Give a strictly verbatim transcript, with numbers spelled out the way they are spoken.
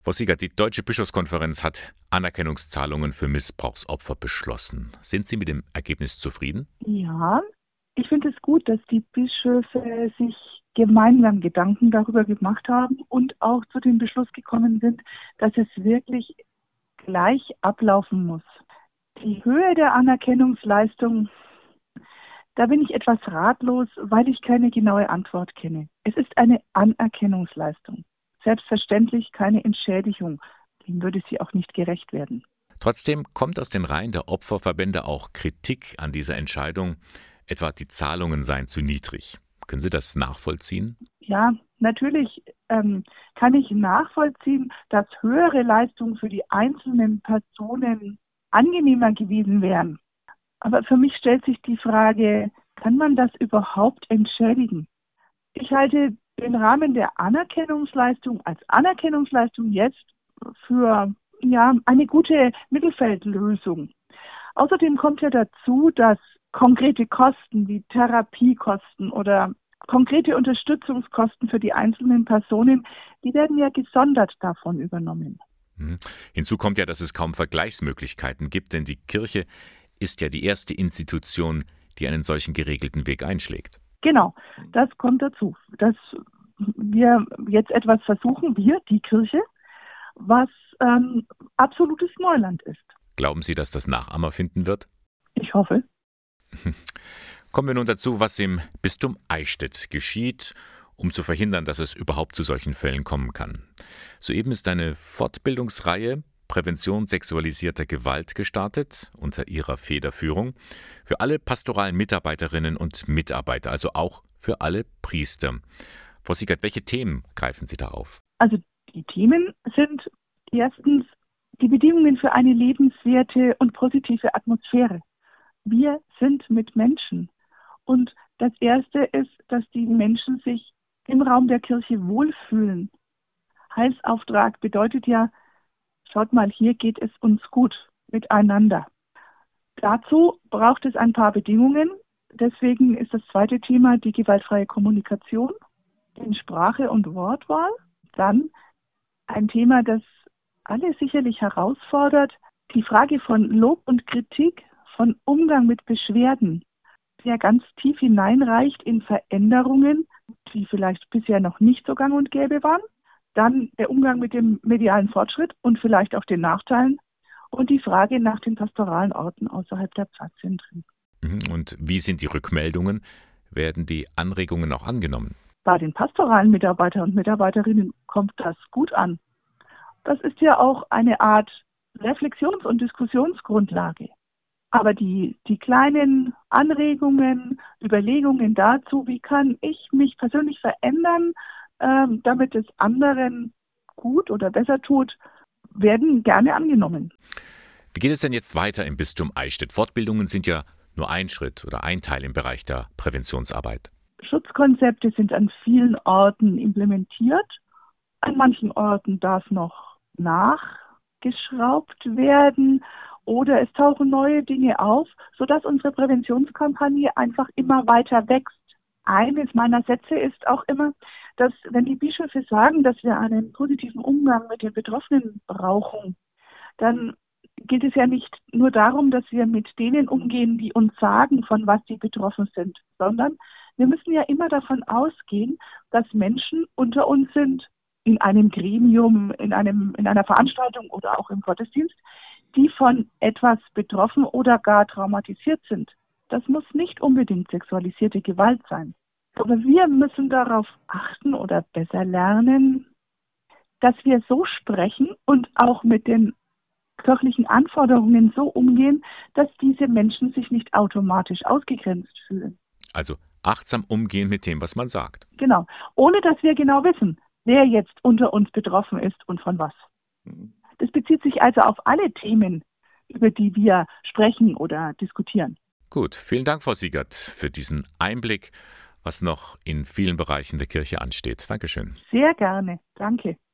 Frau Siegert, die Deutsche Bischofskonferenz hat Anerkennungszahlungen für Missbrauchsopfer beschlossen. Sind Sie mit dem Ergebnis zufrieden? Ja, ich finde es gut, dass die Bischöfe sich gemeinsam Gedanken darüber gemacht haben und auch zu dem Beschluss gekommen sind, dass es wirklich gleich ablaufen muss. Die Höhe der Anerkennungsleistung, da bin ich etwas ratlos, weil ich keine genaue Antwort kenne. Es ist eine Anerkennungsleistung. Selbstverständlich keine Entschädigung. Dem würde sie auch nicht gerecht werden. Trotzdem kommt aus den Reihen der Opferverbände auch Kritik an dieser Entscheidung, etwa die Zahlungen seien zu niedrig. Können Sie das nachvollziehen? Ja, natürlich ähm, kann ich nachvollziehen, dass höhere Leistungen für die einzelnen Personen angenehmer gewesen wären. Aber für mich stellt sich die Frage, kann man das überhaupt entschädigen? Ich halte den Rahmen der Anerkennungsleistung als Anerkennungsleistung jetzt für ja, eine gute Mittelfeldlösung. Außerdem kommt ja dazu, dass konkrete Kosten wie Therapiekosten oder konkrete Unterstützungskosten für die einzelnen Personen, die werden ja gesondert davon übernommen. Mhm. Hinzu kommt ja, dass es kaum Vergleichsmöglichkeiten gibt, denn die Kirche ist ja die erste Institution, die einen solchen geregelten Weg einschlägt. Genau, das kommt dazu, dass wir jetzt etwas versuchen, wir, die Kirche, was ähm, absolutes Neuland ist. Glauben Sie, dass das Nachahmer finden wird? Ich hoffe. Kommen wir nun dazu, was im Bistum Eichstätt geschieht, um zu verhindern, dass es überhaupt zu solchen Fällen kommen kann. Soeben ist eine Fortbildungsreihe Prävention sexualisierter Gewalt gestartet, unter Ihrer Federführung, für alle pastoralen Mitarbeiterinnen und Mitarbeiter, also auch für alle Priester. Frau Siegert, welche Themen greifen Sie da auf? Also die Themen sind erstens die Bedingungen für eine lebenswerte und positive Atmosphäre. Wir sind mit Menschen. Und das Erste ist, dass die Menschen sich im Raum der Kirche wohlfühlen. Heilsauftrag bedeutet ja, schaut mal, hier geht es uns gut miteinander. Dazu braucht es ein paar Bedingungen. Deswegen ist das zweite Thema die gewaltfreie Kommunikation in Sprache und Wortwahl. Dann ein Thema, das alle sicherlich herausfordert, die Frage von Lob und Kritik, von Umgang mit Beschwerden, der ganz tief hineinreicht in Veränderungen, die vielleicht bisher noch nicht so gang und gäbe waren. Dann der Umgang mit dem medialen Fortschritt und vielleicht auch den Nachteilen und die Frage nach den pastoralen Orten außerhalb der Pfarrzentren. Und wie sind die Rückmeldungen? Werden die Anregungen auch angenommen? Bei den pastoralen Mitarbeitern und Mitarbeiterinnen kommt das gut an. Das ist ja auch eine Art Reflexions- und Diskussionsgrundlage. Aber die, die kleinen Anregungen, Überlegungen dazu, wie kann ich mich persönlich verändern, ähm, damit es anderen gut oder besser tut, werden gerne angenommen. Wie geht es denn jetzt weiter im Bistum Eichstätt? Fortbildungen sind ja nur ein Schritt oder ein Teil im Bereich der Präventionsarbeit. Schutzkonzepte sind an vielen Orten implementiert. An manchen Orten darf noch nachgeschraubt werden oder es tauchen neue Dinge auf, sodass unsere Präventionskampagne einfach immer weiter wächst. Eines meiner Sätze ist auch immer, dass wenn die Bischöfe sagen, dass wir einen positiven Umgang mit den Betroffenen brauchen, dann geht es ja nicht nur darum, dass wir mit denen umgehen, die uns sagen, von was sie betroffen sind, sondern wir müssen ja immer davon ausgehen, dass Menschen unter uns sind, in einem Gremium, in einem, in einer Veranstaltung oder auch im Gottesdienst, die von etwas betroffen oder gar traumatisiert sind. Das muss nicht unbedingt sexualisierte Gewalt sein. Aber wir müssen darauf achten oder besser lernen, dass wir so sprechen und auch mit den kirchlichen Anforderungen so umgehen, dass diese Menschen sich nicht automatisch ausgegrenzt fühlen. Also achtsam umgehen mit dem, was man sagt. Genau, ohne dass wir genau wissen, wer jetzt unter uns betroffen ist und von was. Das bezieht sich also auf alle Themen, über die wir sprechen oder diskutieren. Gut, vielen Dank, Frau Siegert, für diesen Einblick, was noch in vielen Bereichen der Kirche ansteht. Dankeschön. Sehr gerne, danke.